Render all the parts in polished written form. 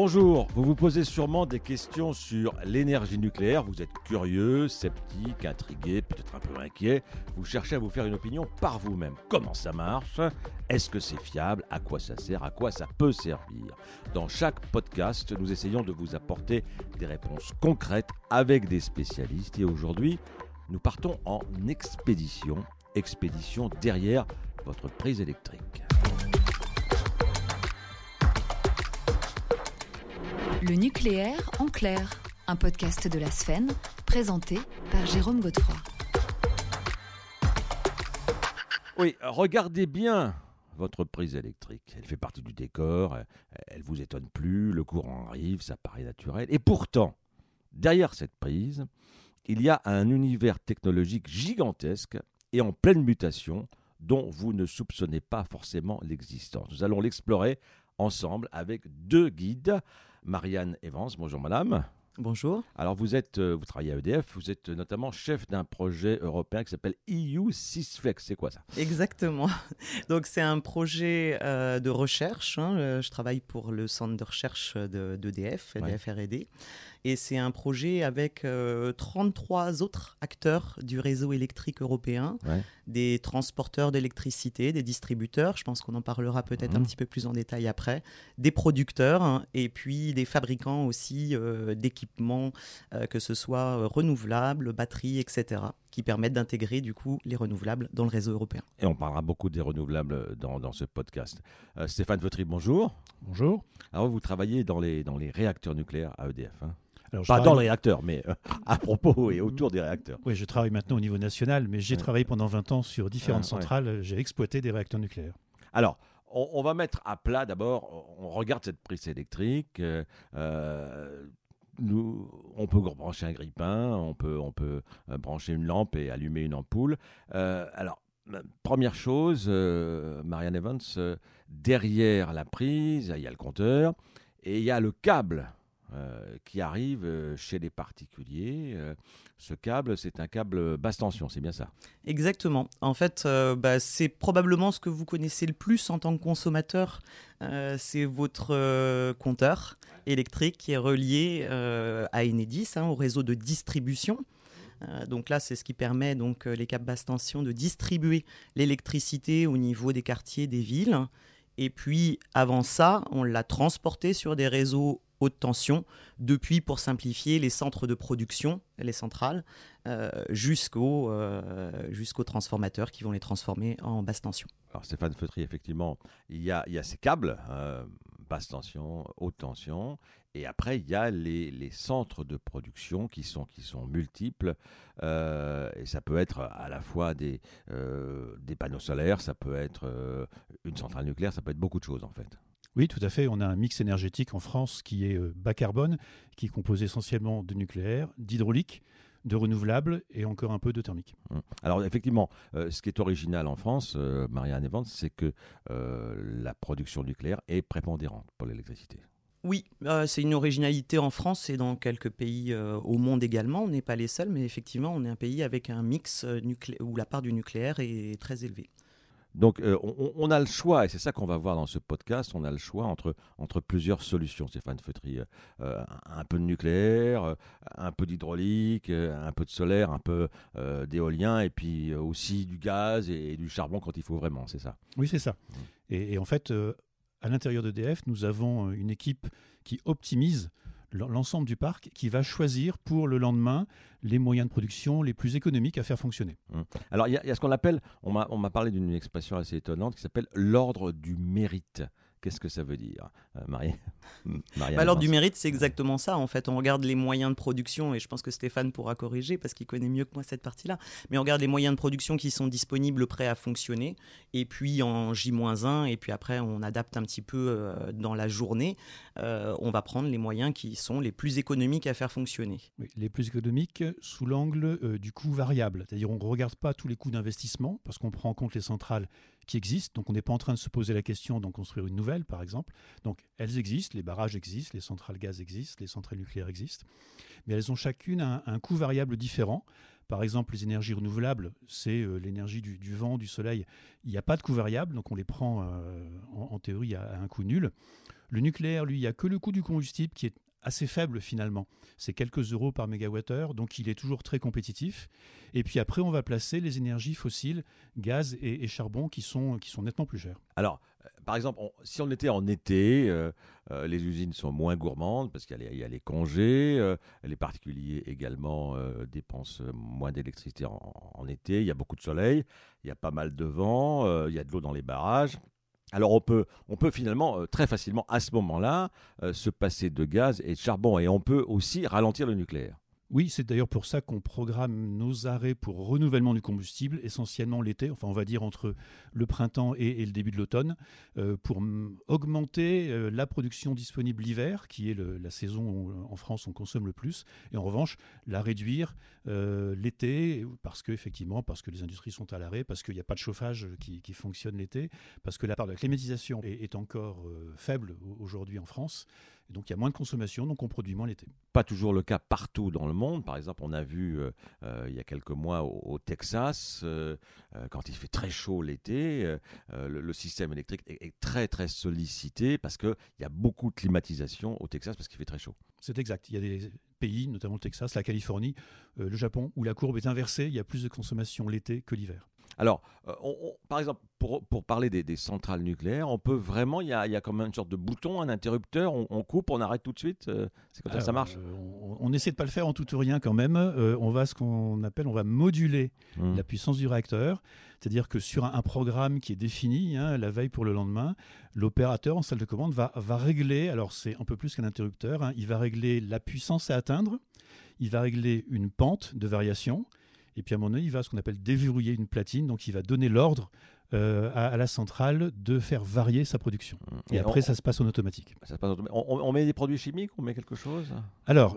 Bonjour, vous vous posez sûrement des questions sur l'énergie nucléaire, vous êtes curieux, sceptique, intrigué, peut-être un peu inquiet, vous cherchez à vous faire une opinion par vous-même. Comment ça marche ? Est-ce que c'est fiable ? À quoi ça sert ? À quoi ça peut servir ? Dans chaque podcast, nous essayons de vous apporter des réponses concrètes avec des spécialistes et aujourd'hui, nous partons en expédition derrière votre prise électrique. Le nucléaire en clair, un podcast de la Sfen, présenté par Jérôme Godefroy. Oui, regardez bien votre prise électrique. Elle fait partie du décor, elle vous étonne plus, le courant arrive, ça paraît naturel. Et pourtant, derrière cette prise, il y a un univers technologique gigantesque et en pleine mutation dont vous ne soupçonnez pas forcément l'existence. Nous allons l'explorer ensemble avec deux guides. Marianne Evans, bonjour madame. Bonjour. Alors vous travaillez à EDF, vous êtes notamment chef d'un projet européen qui s'appelle EU6FLEX, c'est quoi ça ? Exactement. Donc c'est un projet de recherche. Je travaille pour le centre de recherche d'EDF, EDF R&D. Et c'est un projet avec 33 autres acteurs du réseau électrique européen, des transporteurs d'électricité, des distributeurs, je pense qu'on en parlera peut-être un petit peu plus en détail après, des producteurs et puis des fabricants aussi d'équipements, que ce soit renouvelables, batteries, etc., qui permettent d'intégrer du coup les renouvelables dans le réseau européen. Et on parlera beaucoup des renouvelables dans ce podcast. Stéphane Feutry, bonjour. Bonjour. Alors vous travaillez dans les réacteurs nucléaires à EDF, hein ? Alors, pas dans les réacteurs, mais à propos et autour des réacteurs. Oui, je travaille maintenant au niveau national, mais j'ai travaillé pendant 20 ans sur différentes centrales. J'ai exploité des réacteurs nucléaires. Alors, on va mettre à plat d'abord, on regarde cette prise électrique. On peut brancher un grille-pain, on peut brancher une lampe et allumer une ampoule. Alors, première chose, Marianne Evans, derrière la prise, il y a le compteur et il y a le câble qui arrive chez les particuliers. Ce câble, c'est un câble basse tension, c'est bien ça ? Exactement. En fait, c'est probablement ce que vous connaissez le plus en tant que consommateur. C'est votre compteur électrique qui est relié à Enedis, au réseau de distribution. Donc là, c'est ce qui permet donc les câbles basse tension de distribuer l'électricité au niveau des quartiers, des villes. Et puis, avant ça, on l'a transporté sur des réseaux haute tension, depuis, pour simplifier, les centres de production, les centrales, jusqu'aux transformateurs qui vont les transformer en basse tension. Alors Stéphane Feutry, effectivement, il y a ces câbles, basse tension, haute tension, et après il y a les centres de production qui sont multiples, et ça peut être à la fois des panneaux solaires, ça peut être une centrale nucléaire, ça peut être beaucoup de choses en fait. Oui, tout à fait. On a un mix énergétique en France qui est bas carbone, qui est composé essentiellement de nucléaire, d'hydraulique, de renouvelables et encore un peu de thermique. Alors effectivement, ce qui est original en France, Marianne Evans, c'est que la production nucléaire est prépondérante pour l'électricité. Oui, c'est une originalité en France et dans quelques pays au monde également. On n'est pas les seuls, mais effectivement, on est un pays avec un mix où la part du nucléaire est très élevée. Donc on a le choix, et c'est ça qu'on va voir dans ce podcast, on a le choix entre plusieurs solutions, Stéphane Feutry. Un peu de nucléaire, un peu d'hydraulique, un peu de solaire, un peu d'éolien, et puis aussi du gaz et du charbon quand il faut vraiment, c'est ça ? Oui, c'est ça. Et en fait, à l'intérieur d'EDF, nous avons une équipe qui optimise l'ensemble du parc, qui va choisir pour le lendemain les moyens de production les plus économiques à faire fonctionner. Alors il y a ce qu'on appelle, on m'a parlé d'une expression assez étonnante qui s'appelle l'ordre du mérite. Qu'est-ce que ça veut dire, Marie? L'ordre du mérite, c'est exactement ça. En fait, on regarde les moyens de production, et je pense que Stéphane pourra corriger parce qu'il connaît mieux que moi cette partie-là. Mais on regarde les moyens de production qui sont disponibles, prêts à fonctionner, et puis en J-1, et puis après, on adapte un petit peu dans la journée. On va prendre les moyens qui sont les plus économiques à faire fonctionner. Oui, les plus économiques sous l'angle du coût variable. C'est-à-dire, on ne regarde pas tous les coûts d'investissement parce qu'on prend en compte les centrales qui existent. Donc, on n'est pas en train de se poser la question d'en construire une nouvelle, par exemple. Donc, elles existent, les barrages existent, les centrales gaz existent, les centrales nucléaires existent. Mais elles ont chacune un coût variable différent. Par exemple, les énergies renouvelables, c'est l'énergie du vent, du soleil. Il n'y a pas de coût variable, donc on les prend en théorie à un coût nul. Le nucléaire, lui, il n'y a que le coût du combustible qui est assez faible finalement. C'est quelques euros par mégawattheure, donc il est toujours très compétitif. Et puis après, on va placer les énergies fossiles, gaz et charbon, qui sont nettement plus chères. Alors, par exemple, si on était en été, les usines sont moins gourmandes parce qu'il y a les congés, les particuliers également dépensent moins d'électricité en été, il y a beaucoup de soleil, il y a pas mal de vent, il y a de l'eau dans les barrages. Alors on peut finalement très facilement à ce moment-là se passer de gaz et de charbon, et on peut aussi ralentir le nucléaire. Oui, c'est d'ailleurs pour ça qu'on programme nos arrêts pour renouvellement du combustible, essentiellement l'été, enfin on va dire entre le printemps et le début de l'automne, pour augmenter la production disponible l'hiver, qui est la saison où en France on consomme le plus, et en revanche la réduire l'été, parce que les industries sont à l'arrêt, parce qu'il n'y a pas de chauffage qui fonctionne l'été, parce que la part de la climatisation est encore faible aujourd'hui en France. Et donc il y a moins de consommation, donc on produit moins l'été. Pas toujours le cas partout dans le monde. Par exemple, on a vu il y a quelques mois au Texas, quand il fait très chaud l'été, le système électrique est très très sollicité parce qu'il y a beaucoup de climatisation au Texas parce qu'il fait très chaud. C'est exact. Il y a des pays, notamment le Texas, la Californie, le Japon, où la courbe est inversée. Il y a plus de consommation l'été que l'hiver. Alors, par exemple, pour parler des centrales nucléaires, on peut vraiment, il y a comme une sorte de bouton, un interrupteur, on coupe, on arrête tout de suite. C'est comme ça que ça marche. On essaie de pas le faire en tout ou rien quand même. On va moduler la puissance du réacteur. C'est-à-dire que sur un programme qui est défini, la veille pour le lendemain, l'opérateur en salle de commande va régler, alors c'est un peu plus qu'un interrupteur, il va régler la puissance à atteindre, il va régler une pente de variation, et puis à mon avis, il va ce qu'on appelle déverrouiller une platine, donc il va donner l'ordre à la centrale de faire varier sa production. Et après, ça se passe en automatique. On met des produits chimiques, on met quelque chose ? Alors,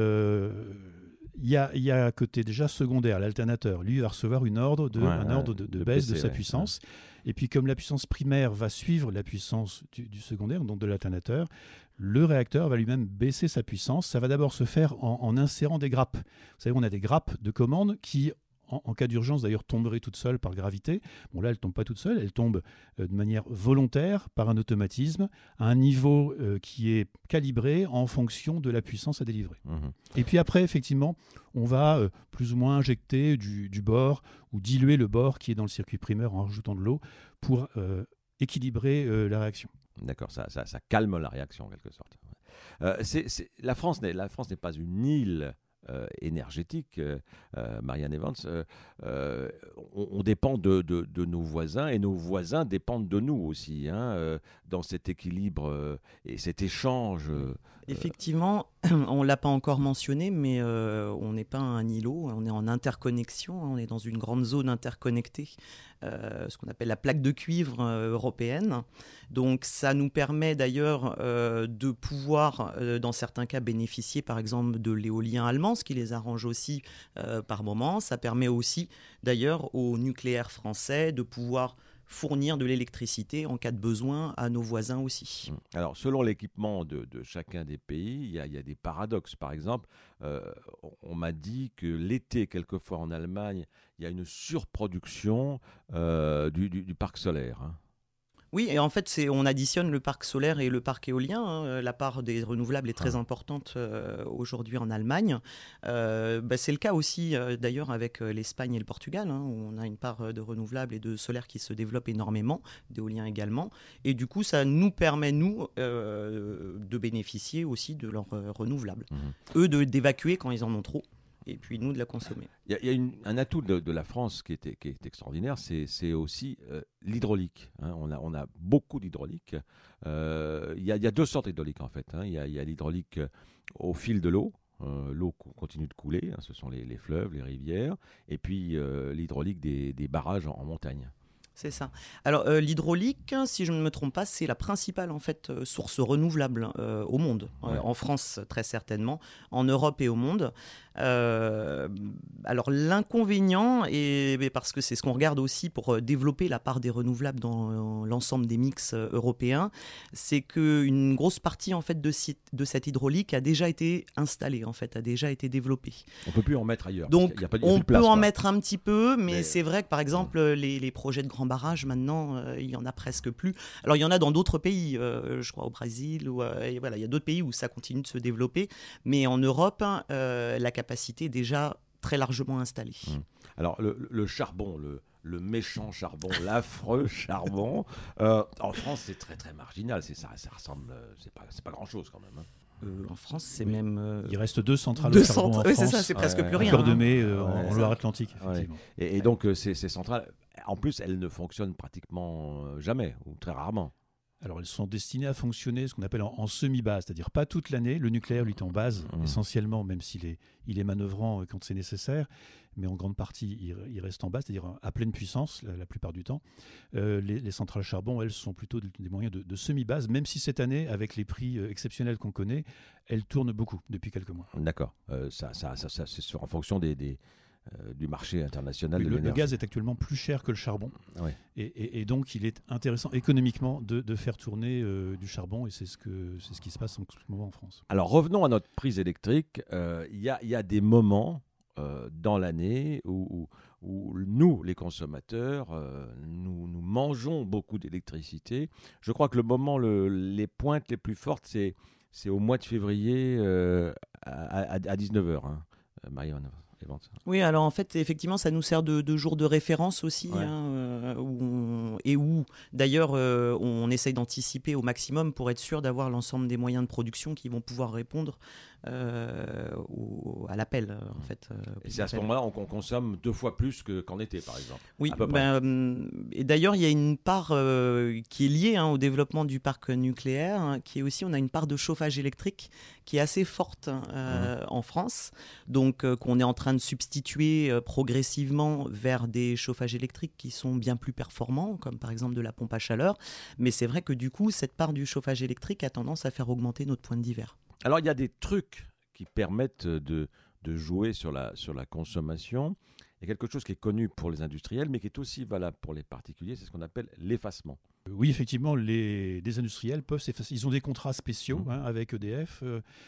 il y a à côté déjà secondaire, l'alternateur. Lui, il va recevoir un ordre de baisse de sa puissance. Ouais. Et puis, comme la puissance primaire va suivre la puissance du secondaire, donc de l'alternateur, le réacteur va lui-même baisser sa puissance. Ça va d'abord se faire en insérant des grappes. Vous savez, on a des grappes de commande qui, en cas d'urgence, d'ailleurs, tomberaient toutes seules par gravité. Bon, là, elles ne tombent pas toutes seules. Elles tombent de manière volontaire, par un automatisme, à un niveau qui est calibré en fonction de la puissance à délivrer. Et puis après, effectivement, on va plus ou moins injecter du bore ou diluer le bore qui est dans le circuit primaire en rajoutant de l'eau pour équilibrer la réaction. D'accord, ça calme la réaction en quelque sorte. La France n'est pas une île énergétique, Marianne Evans. On dépend de nos voisins, et nos voisins dépendent de nous aussi, dans cet équilibre et cet échange. Effectivement, on ne l'a pas encore mentionné, mais on n'est pas un îlot, on est en interconnexion, on est dans une grande zone interconnectée, ce qu'on appelle la plaque de cuivre européenne. Donc ça nous permet d'ailleurs de pouvoir, dans certains cas, bénéficier par exemple de l'éolien allemand, ce qui les arrange aussi par moment. Ça permet aussi d'ailleurs au nucléaire français de pouvoir fournir de l'électricité en cas de besoin à nos voisins aussi. Alors, selon l'équipement de chacun des pays, il y a des paradoxes. Par exemple, on m'a dit que l'été, quelquefois en Allemagne, il y a une surproduction du parc solaire. Oui, et en fait, on additionne le parc solaire et le parc éolien. La part des renouvelables est très importante aujourd'hui en Allemagne. C'est le cas aussi, d'ailleurs, avec l'Espagne et le Portugal, où on a une part de renouvelables et de solaire qui se développe énormément, d'éolien également. Et du coup, ça nous permet, nous, de bénéficier aussi de leurs renouvelables. Eux, d'évacuer quand ils en ont trop. Et puis nous de la consommer. Il y a un atout de la France qui est extraordinaire, c'est aussi l'hydraulique. On a beaucoup d'hydraulique. Il y a deux sortes d'hydraulique en fait. Il y a l'hydraulique au fil de l'eau. L'eau continue de couler, ce sont les fleuves, les rivières. Et puis l'hydraulique des barrages en montagne. C'est ça. Alors l'hydraulique, si je ne me trompe pas, c'est la principale en fait source renouvelable au monde. Ouais. En France très certainement, en Europe et au monde. Alors l'inconvénient, et parce que c'est ce qu'on regarde aussi pour développer la part des renouvelables dans l'ensemble des mix européens, c'est qu'une grosse partie en fait de cette hydraulique a déjà été installée, en fait, a déjà été développée. On peut plus en mettre ailleurs. Donc on peut en mettre un petit peu, mais c'est vrai que par exemple les projets de Grand en barrage maintenant, il y en a presque plus. Alors il y en a dans d'autres pays, je crois au Brésil, et voilà, il y a d'autres pays où ça continue de se développer, mais en Europe, la capacité est déjà très largement installée. Alors le charbon, le méchant charbon, l'affreux charbon, en France c'est très très marginal, ça ressemble, c'est pas grand chose quand même. En France, c'est même. Il reste 2 centrales au charbon en France. C'est ça, c'est presque plus rien. Cœur de mai en Loire-Atlantique, effectivement. Et donc ces centrales, en plus, elles ne fonctionnent pratiquement jamais, ou très rarement. Alors, elles sont destinées à fonctionner ce qu'on appelle en semi-base, c'est-à-dire pas toute l'année. Le nucléaire, lui, est en base, essentiellement, même s'il est manœuvrant quand c'est nécessaire. Mais en grande partie, il reste en base, c'est-à-dire à pleine puissance la plupart du temps. Les centrales charbon, elles, sont plutôt des moyens de semi-base, même si cette année, avec les prix exceptionnels qu'on connaît, elles tournent beaucoup depuis quelques mois. D'accord. Ça c'est en fonction du marché international de le l'énergie. gaz est actuellement plus cher que le charbon. Oui. Et donc, il est intéressant économiquement de faire tourner du charbon, et c'est ce qui se passe en ce moment en France. Alors, revenons à notre prise électrique. Il y a des moments dans l'année où nous, les consommateurs, nous mangeons beaucoup d'électricité. Je crois que le moment, les pointes les plus fortes, c'est au mois de février à 19h. Marianne. Oui, alors en fait, effectivement, ça nous sert de jour de référence aussi, Ouais. où d'ailleurs on essaye d'anticiper au maximum pour être sûr d'avoir l'ensemble des moyens de production qui vont pouvoir répondre à l'appel. En fait, Et c'est à ce moment-là qu'on consomme 2 fois plus qu'en été, par exemple. Oui, à peu près. Et d'ailleurs, il y a une part qui est liée au développement du parc nucléaire, qui est aussi, on a une part de chauffage électrique qui est assez forte en France, donc qu'on est en train de substituer progressivement vers des chauffages électriques qui sont bien plus performants, comme par exemple de la pompe à chaleur. Mais c'est vrai que du coup, cette part du chauffage électrique a tendance à faire augmenter notre point d'hiver. Alors, il y a des trucs qui permettent de jouer sur la consommation. Il y a quelque chose qui est connu pour les industriels, mais qui est aussi valable pour les particuliers, c'est ce qu'on appelle l'effacement. Oui, effectivement, des industriels peuvent s'effacer. Ils ont des contrats spéciaux avec EDF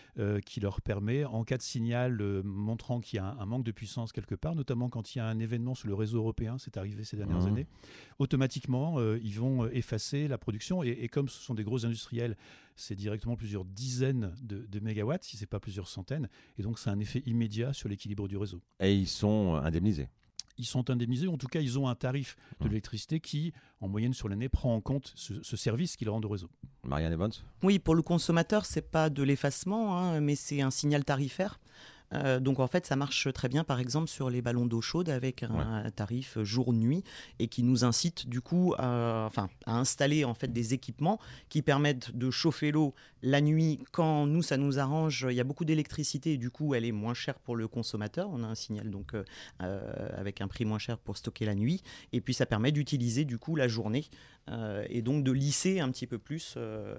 qui leur permet, en cas de signal montrant qu'il y a un manque de puissance quelque part, notamment quand il y a un événement sur le réseau européen, c'est arrivé ces dernières années, automatiquement, ils vont effacer la production. Et comme ce sont des gros industriels, c'est directement plusieurs dizaines de mégawatts, si ce n'est pas plusieurs centaines. Et donc, c'est un effet immédiat sur l'équilibre du réseau. Et ils sont indemnisés. Ils sont indemnisés, en tout cas ils ont un tarif de l'électricité qui, en moyenne sur l'année, prend en compte ce service qu'ils rendent au réseau. Marianne Evans ? Oui, pour le consommateur, c'est pas de l'effacement, mais c'est un signal tarifaire. Donc en fait, ça marche très bien, par exemple, sur les ballons d'eau chaude avec un tarif jour-nuit et qui nous incite du coup à installer en fait des équipements qui permettent de chauffer l'eau la nuit quand nous ça nous arrange. Il y a beaucoup d'électricité et du coup elle est moins chère pour le consommateur. On a un signal donc avec un prix moins cher pour stocker la nuit et puis ça permet d'utiliser du coup la journée et donc de lisser un petit peu plus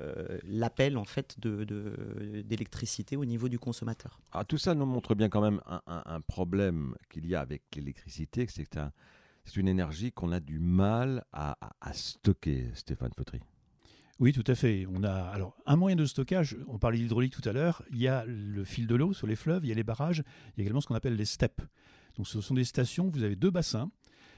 l'appel en fait d'électricité au niveau du consommateur. Alors, tout ça nous montre bien quand même un problème qu'il y a avec l'électricité, c'est que c'est une énergie qu'on a du mal à stocker, Stéphane Feutry. Oui, tout à fait. On a alors un moyen de stockage, on parlait d'hydraulique tout à l'heure, il y a le fil de l'eau sur les fleuves, il y a les barrages, il y a également ce qu'on appelle les steppes. Donc ce sont des stations, vous avez 2 bassins.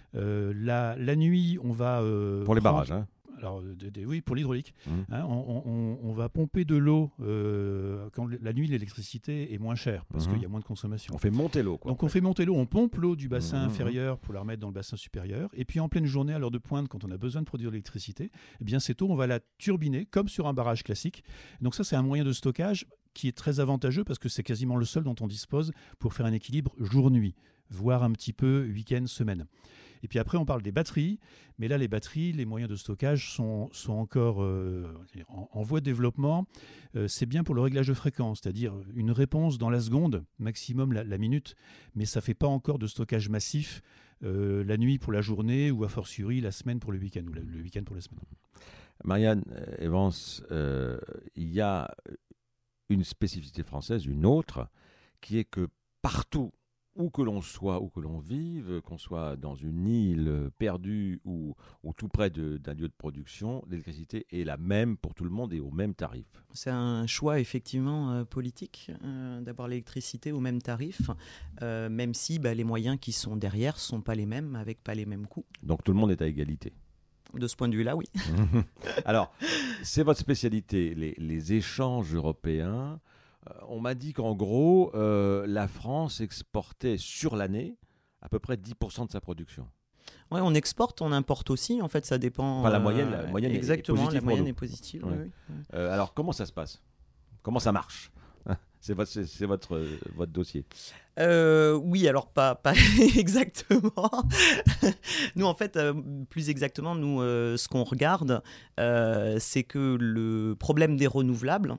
La nuit, on va... Pour les barrages, hein. Alors, oui, pour l'hydraulique. On va pomper de l'eau quand la nuit, l'électricité est moins chère parce qu'il y a moins de consommation. On fait monter l'eau, quoi. Donc, on fait monter l'eau, on pompe l'eau du bassin inférieur pour la remettre dans le bassin supérieur. Et puis, en pleine journée, à l'heure de pointe, quand on a besoin de produire de l'électricité, eh bien, cette eau, on va la turbiner comme sur un barrage classique. Donc, ça, c'est un moyen de stockage qui est très avantageux parce que c'est quasiment le seul dont on dispose pour faire un équilibre jour-nuit, voire un petit peu week-end, semaine. Et puis après, on parle des batteries. Mais là, les batteries, les moyens de stockage sont encore en voie de développement. C'est bien pour le réglage de fréquence, c'est-à-dire une réponse dans la seconde, maximum la minute. Mais ça ne fait pas encore de stockage massif la nuit pour la journée ou a fortiori la semaine pour le week-end ou le week-end pour la semaine. Marianne Evans, il y a une spécificité française, une autre, qui est que partout, où que l'on soit, où que l'on vive, qu'on soit dans une île perdue ou tout près d'un lieu de production, l'électricité est la même pour tout le monde et au même tarif. C'est un choix effectivement politique d'avoir l'électricité au même tarif, même si les moyens qui sont derrière ne sont pas les mêmes, avec pas les mêmes coûts. Donc tout le monde est à égalité. De ce point de vue-là, oui. Alors, c'est votre spécialité, les échanges européens. On m'a dit qu'en gros, la France exportait sur l'année à peu près 10% de sa production. Ouais, on exporte, on importe aussi. En fait, ça dépend. Enfin, la moyenne exactement, est positive. la moyenne pour nous. est positive. Ouais. Oui. Alors, comment ça se passe? Comment ça marche? C'est votre dossier. Oui, alors pas exactement. Nous, en fait, plus exactement, ce qu'on regarde, c'est que le problème des renouvelables,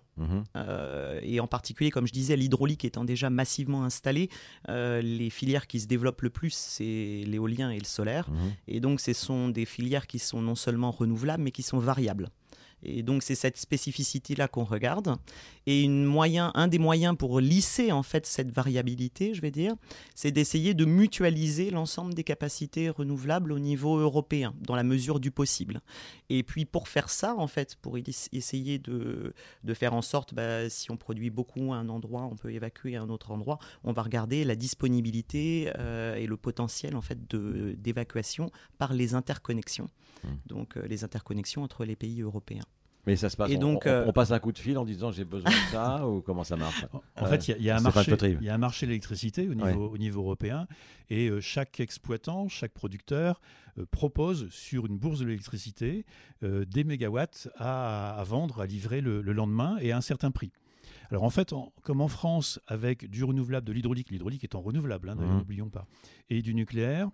et en particulier, comme je disais, l'hydraulique étant déjà massivement installée, les filières qui se développent le plus, c'est l'éolien et le solaire. Et donc, ce sont des filières qui sont non seulement renouvelables, mais qui sont variables. Et donc, c'est cette spécificité-là qu'on regarde. Et un des moyens pour lisser en fait cette variabilité, je vais dire, c'est d'essayer de mutualiser l'ensemble des capacités renouvelables au niveau européen, dans la mesure du possible. Et puis, pour faire ça, en fait, pour essayer de faire en sorte, si on produit beaucoup à un endroit, on peut évacuer à un autre endroit, on va regarder la disponibilité et le potentiel en fait d'évacuation par les interconnexions. Donc, les interconnexions entre les pays européens. Mais ça se passe, et donc, on passe un coup de fil en disant j'ai besoin de ça ou comment ça marche? En fait, il y a un marché de l'électricité au niveau européen et chaque exploitant, chaque producteur propose sur une bourse de l'électricité des mégawatts à vendre, à livrer le lendemain et à un certain prix. Alors en fait, comme en France, avec du renouvelable, de l'hydraulique étant renouvelable, n'oublions pas, et du nucléaire,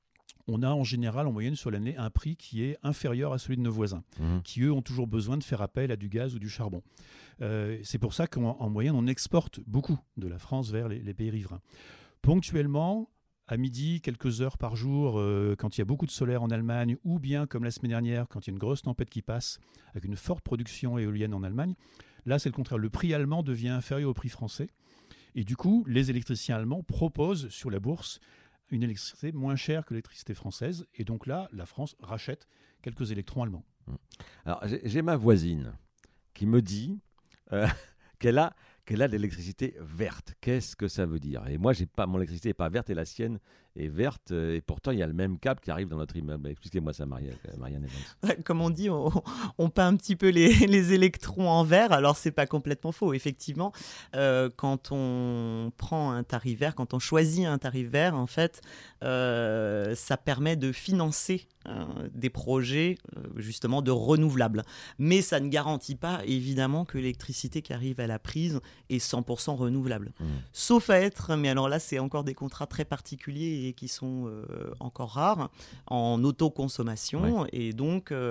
on a en général, en moyenne sur l'année, un prix qui est inférieur à celui de nos voisins, qui eux ont toujours besoin de faire appel à du gaz ou du charbon. C'est pour ça qu'en moyenne, on exporte beaucoup de la France vers les pays riverains. Ponctuellement, à midi, quelques heures par jour, quand il y a beaucoup de solaire en Allemagne, ou bien comme la semaine dernière, quand il y a une grosse tempête qui passe, avec une forte production éolienne en Allemagne, là c'est le contraire. Le prix allemand devient inférieur au prix français. Et du coup, les électriciens allemands proposent sur la bourse une électricité moins chère que l'électricité française. Et donc là, la France rachète quelques électrons allemands. Alors, j'ai ma voisine qui me dit qu'elle a de l'électricité verte. Qu'est-ce que ça veut dire? Et moi, mon électricité n'est pas verte et la sienne est verte. Et pourtant, il y a le même câble qui arrive dans notre immeuble. Expliquez-moi ça, Marianne Evans. Comme on dit, on peint un petit peu les électrons en vert. Alors, ce n'est pas complètement faux. Effectivement, quand on prend un tarif vert, quand on choisit un tarif vert, en fait, ça permet de financer des projets justement de renouvelables. Mais ça ne garantit pas, évidemment, que l'électricité qui arrive à la prise est 100% renouvelable. Sauf à être, mais alors là, c'est encore des contrats très particuliers et qui sont encore rares, en autoconsommation. Ouais. Et donc, ça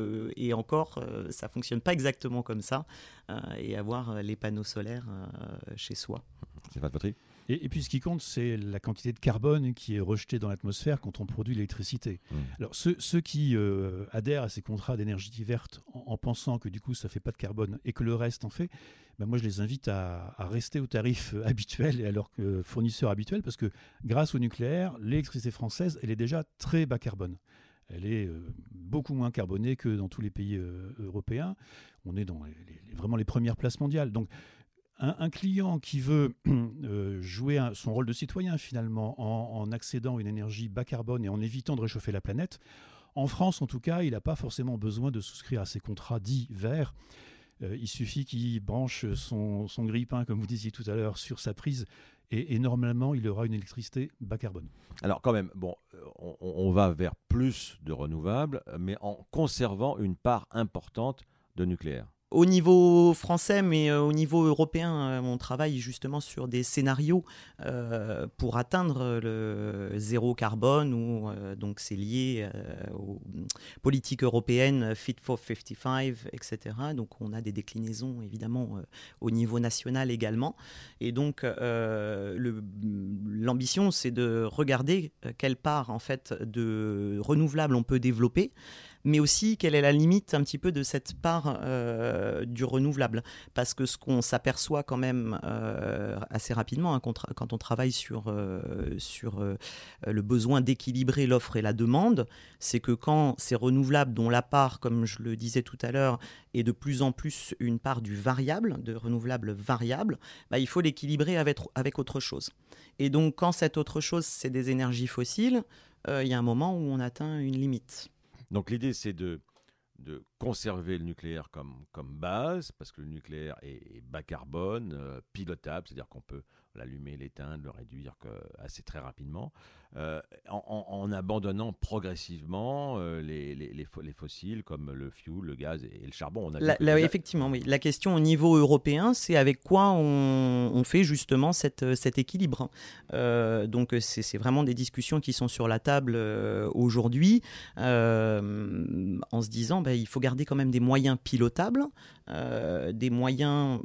ne fonctionne pas exactement comme ça, et avoir les panneaux solaires chez soi. C'est pas de poterie. Et puis ce qui compte, c'est la quantité de carbone qui est rejetée dans l'atmosphère quand on produit l'électricité. Alors ceux qui adhèrent à ces contrats d'énergie verte en pensant que du coup ça ne fait pas de carbone et que le reste en fait, moi je les invite à rester au tarif habituel et à leur fournisseur habituel, parce que grâce au nucléaire, l'électricité française, elle est déjà très bas carbone. Elle est beaucoup moins carbonée que dans tous les pays européens. On est dans vraiment les premières places mondiales. Donc un client qui veut jouer son rôle de citoyen finalement en accédant à une énergie bas carbone et en évitant de réchauffer la planète, en France en tout cas, il n'a pas forcément besoin de souscrire à ces contrats dits verts. Il suffit qu'il branche son grille-pain, comme vous disiez tout à l'heure, sur sa prise et normalement il aura une électricité bas carbone. Alors quand même, on va vers plus de renouvelables, mais en conservant une part importante de nucléaire. Au niveau français, mais au niveau européen, on travaille justement sur des scénarios pour atteindre le zéro carbone, ou donc c'est lié aux politiques européennes Fit for 55, etc. Donc on a des déclinaisons évidemment au niveau national également. Et donc l'ambition, c'est de regarder quelle part en fait de renouvelables on peut développer, mais aussi quelle est la limite un petit peu de cette part du renouvelable. Parce que ce qu'on s'aperçoit quand même assez rapidement quand on travaille sur le besoin d'équilibrer l'offre et la demande, c'est que quand ces renouvelables, dont la part, comme je le disais tout à l'heure, est de plus en plus une part du variable, de renouvelable variable, il faut l'équilibrer avec autre chose. Et donc quand cette autre chose, c'est des énergies fossiles, il y a un moment où on atteint une limite. Donc l'idée, c'est de conserver le nucléaire comme base, parce que le nucléaire est bas carbone, pilotable, c'est-à-dire qu'on peut l'allumer, l'éteindre, le réduire assez très rapidement, en abandonnant progressivement les fossiles comme le fioul, le gaz et le charbon. Effectivement, oui. La question au niveau européen, c'est avec quoi on fait justement cet équilibre. Donc c'est vraiment des discussions qui sont sur la table aujourd'hui, en se disant il faut garder quand même des moyens pilotables, des moyens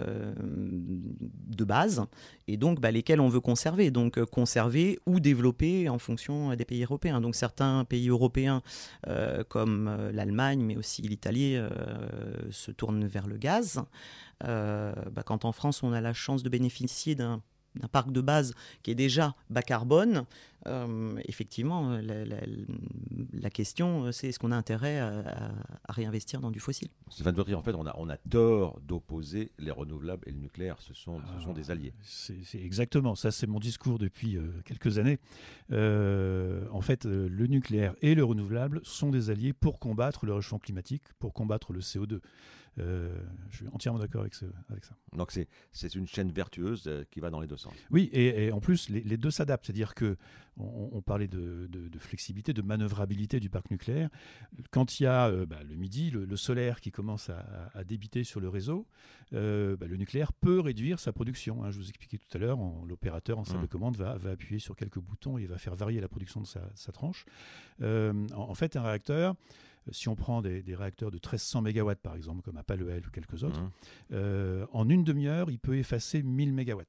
de base, et donc lesquels on veut conserver. Donc conserver ou développer en fonction des pays européens. Donc certains pays européens comme l'Allemagne, mais aussi l'Italie, se tournent vers le gaz. Quand en France, on a la chance de bénéficier d'un parc de base qui est déjà bas carbone, effectivement, la question, c'est est-ce qu'on a intérêt à réinvestir dans du fossile ? Stéphane Feutry, en fait, on a tort d'opposer les renouvelables et le nucléaire. Ce sont des alliés. C'est exactement, ça c'est mon discours depuis quelques années. En fait, le nucléaire et le renouvelable sont des alliés pour combattre le réchauffement climatique, pour combattre le CO2. Je suis entièrement d'accord avec ça. Donc c'est une chaîne vertueuse qui va dans les deux sens. Oui, et en plus, les deux s'adaptent. C'est-à-dire qu'on parlait de flexibilité, de manœuvrabilité du parc nucléaire. Quand il y a le midi, le solaire qui commence à débiter sur le réseau, le nucléaire peut réduire sa production. Je vous expliquais tout à l'heure, l'opérateur en salle de commande va appuyer sur quelques boutons et va faire varier la production de sa tranche. En fait, un réacteur... Si on prend des réacteurs de 1300 MW, par exemple, comme à Paluel ou quelques autres, en une demi-heure, il peut effacer 1000 MW.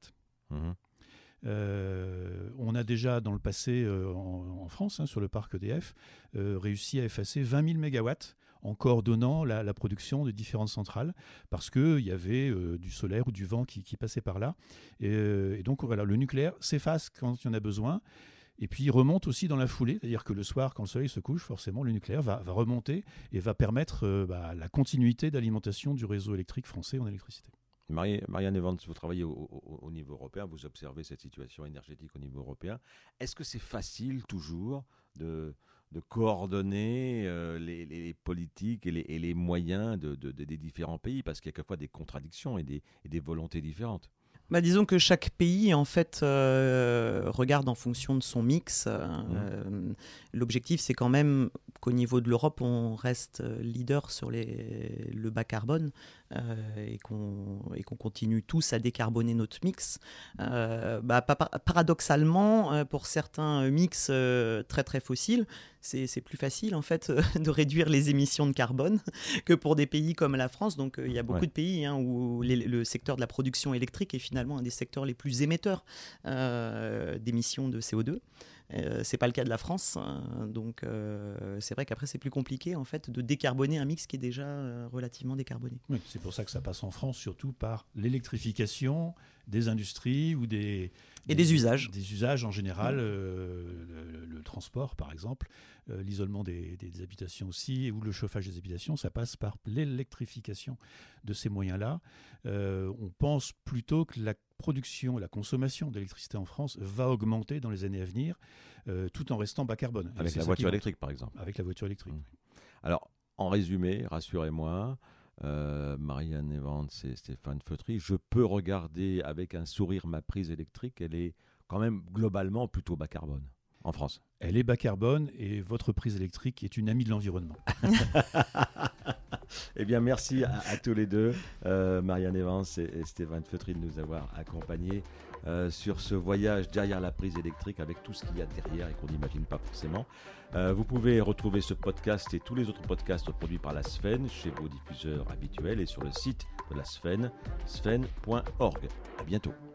On a déjà, dans le passé, en France, sur le parc EDF, réussi à effacer 20 000 MW en coordonnant la production de différentes centrales, parce qu'il y avait du solaire ou du vent qui passait par là. Et donc, voilà, le nucléaire s'efface quand il y en a besoin. Et puis il remonte aussi dans la foulée, c'est-à-dire que le soir, quand le soleil se couche, forcément, le nucléaire va remonter et va permettre la continuité d'alimentation du réseau électrique français en électricité. Marianne Evans, vous travaillez au niveau européen, vous observez cette situation énergétique au niveau européen. Est-ce que c'est facile toujours de coordonner les politiques et les moyens des différents pays, parce qu'il y a quelquefois des contradictions et des volontés différentes? Disons que chaque pays, en fait, regarde en fonction de son mix. L'objectif, c'est quand même qu'au niveau de l'Europe, on reste leader sur le bas carbone et qu'on continue tous à décarboner notre mix. Paradoxalement, pour certains mix très très fossiles, c'est plus facile en fait de réduire les émissions de carbone que pour des pays comme la France. Donc il y a beaucoup de pays où le secteur de la production électrique est finalement un des secteurs les plus émetteurs d'émissions de CO2. C'est pas le cas de la France, donc c'est vrai qu'après c'est plus compliqué en fait de décarboner un mix qui est déjà relativement décarboné. Oui, c'est pour ça que ça passe en France surtout par l'électrification des industries ou des usages. Des usages en général, le transport par exemple, l'isolement des habitations aussi, ou le chauffage des habitations, ça passe par l'électrification de ces moyens-là. On pense plutôt que la production et la consommation d'électricité en France va augmenter dans les années à venir, tout en restant bas carbone. Avec la voiture électrique, par exemple. Avec la voiture électrique. Alors, en résumé, rassurez-moi, Marianne Evans et Stéphane Feutry, je peux regarder avec un sourire ma prise électrique, elle est quand même globalement plutôt bas carbone en France. Elle est bas carbone et votre prise électrique est une amie de l'environnement. Eh bien, merci à tous les deux, Marianne Evans et Stéphane Feutry, de nous avoir accompagnés sur ce voyage derrière la prise électrique avec tout ce qu'il y a derrière et qu'on n'imagine pas forcément. Vous pouvez retrouver ce podcast et tous les autres podcasts produits par la Sfen chez vos diffuseurs habituels et sur le site de la Sfen, sfen.org. À bientôt.